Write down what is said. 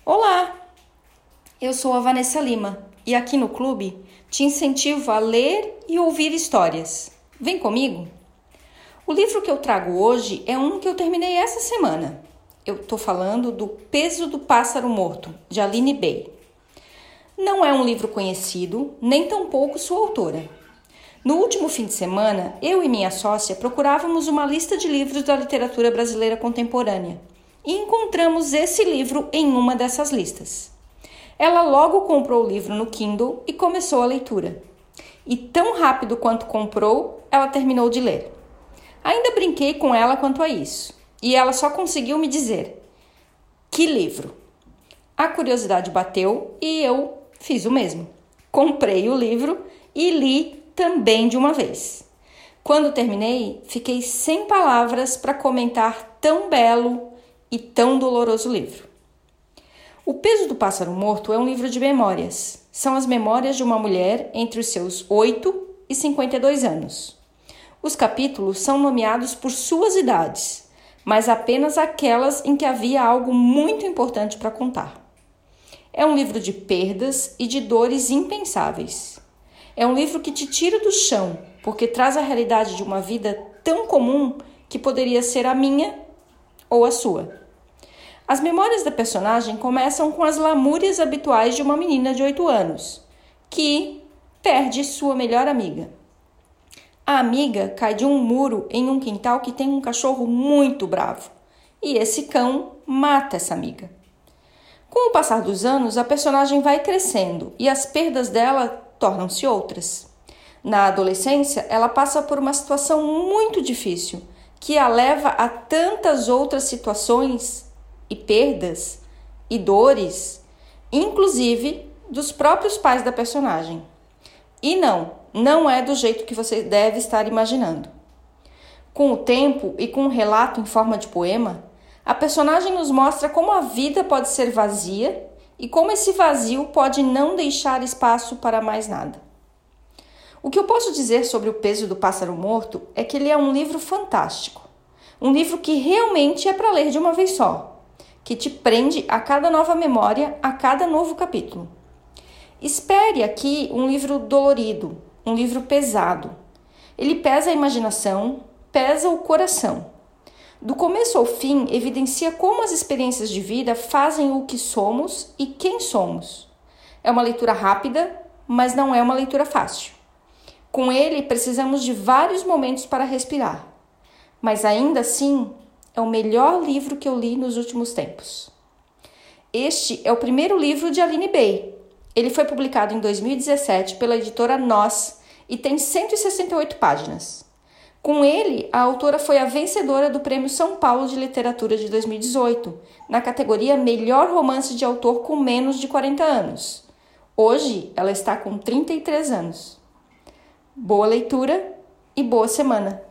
Olá, eu sou a Vanessa Lima e aqui no clube te incentivo a ler e ouvir histórias. Vem comigo? O livro que eu trago hoje é um que eu terminei essa semana. Eu estou falando do Peso do Pássaro Morto, de Aline Bay. Não é um livro conhecido, nem tampouco sua autora. No último fim de semana, eu e minha sócia procurávamos uma lista de livros da literatura brasileira contemporânea e encontramos esse livro em uma dessas listas. Ela logo comprou o livro no Kindle e começou a leitura. E tão rápido quanto comprou, ela terminou de ler. Ainda brinquei com ela quanto a isso, e ela só conseguiu me dizer: que livro! A curiosidade bateu e eu fiz o mesmo. Comprei o livro e li também de uma vez. Quando terminei, fiquei sem palavras para comentar tão belo e tão doloroso livro. O Peso do Pássaro Morto é um livro de memórias. São as memórias de uma mulher entre os seus 8 e 52 anos. Os capítulos são nomeados por suas idades, mas apenas aquelas em que havia algo muito importante para contar. É um livro de perdas e de dores impensáveis. É um livro que te tira do chão, porque traz a realidade de uma vida tão comum que poderia ser a minha ou a sua. As memórias da personagem começam com as lamúrias habituais de uma menina de 8 anos, que perde sua melhor amiga. A amiga cai de um muro em um quintal que tem um cachorro muito bravo, e esse cão mata essa amiga. Com o passar dos anos, a personagem vai crescendo e as perdas dela tornam-se outras. Na adolescência, ela passa por uma situação muito difícil, que a leva a tantas outras situações e perdas e dores, inclusive dos próprios pais da personagem. E não é do jeito que você deve estar imaginando. Com o tempo e com um relato em forma de poema, a personagem nos mostra como a vida pode ser vazia e como esse vazio pode não deixar espaço para mais nada. O que eu posso dizer sobre O Peso do Pássaro Morto é que ele é um livro fantástico. Um livro que realmente é para ler de uma vez só, que te prende a cada nova memória, a cada novo capítulo. Espere aqui um livro dolorido, um livro pesado. Ele pesa a imaginação, pesa o coração. Do começo ao fim, evidencia como as experiências de vida fazem o que somos e quem somos. É uma leitura rápida, mas não é uma leitura fácil. Com ele, precisamos de vários momentos para respirar. Mas ainda assim, é o melhor livro que eu li nos últimos tempos. Este é o primeiro livro de Aline Bay. Ele foi publicado em 2017 pela editora Nós e tem 168 páginas. Com ele, a autora foi a vencedora do Prêmio São Paulo de Literatura de 2018, na categoria Melhor Romance de Autor com menos de 40 anos. Hoje, ela está com 33 anos. Boa leitura e boa semana!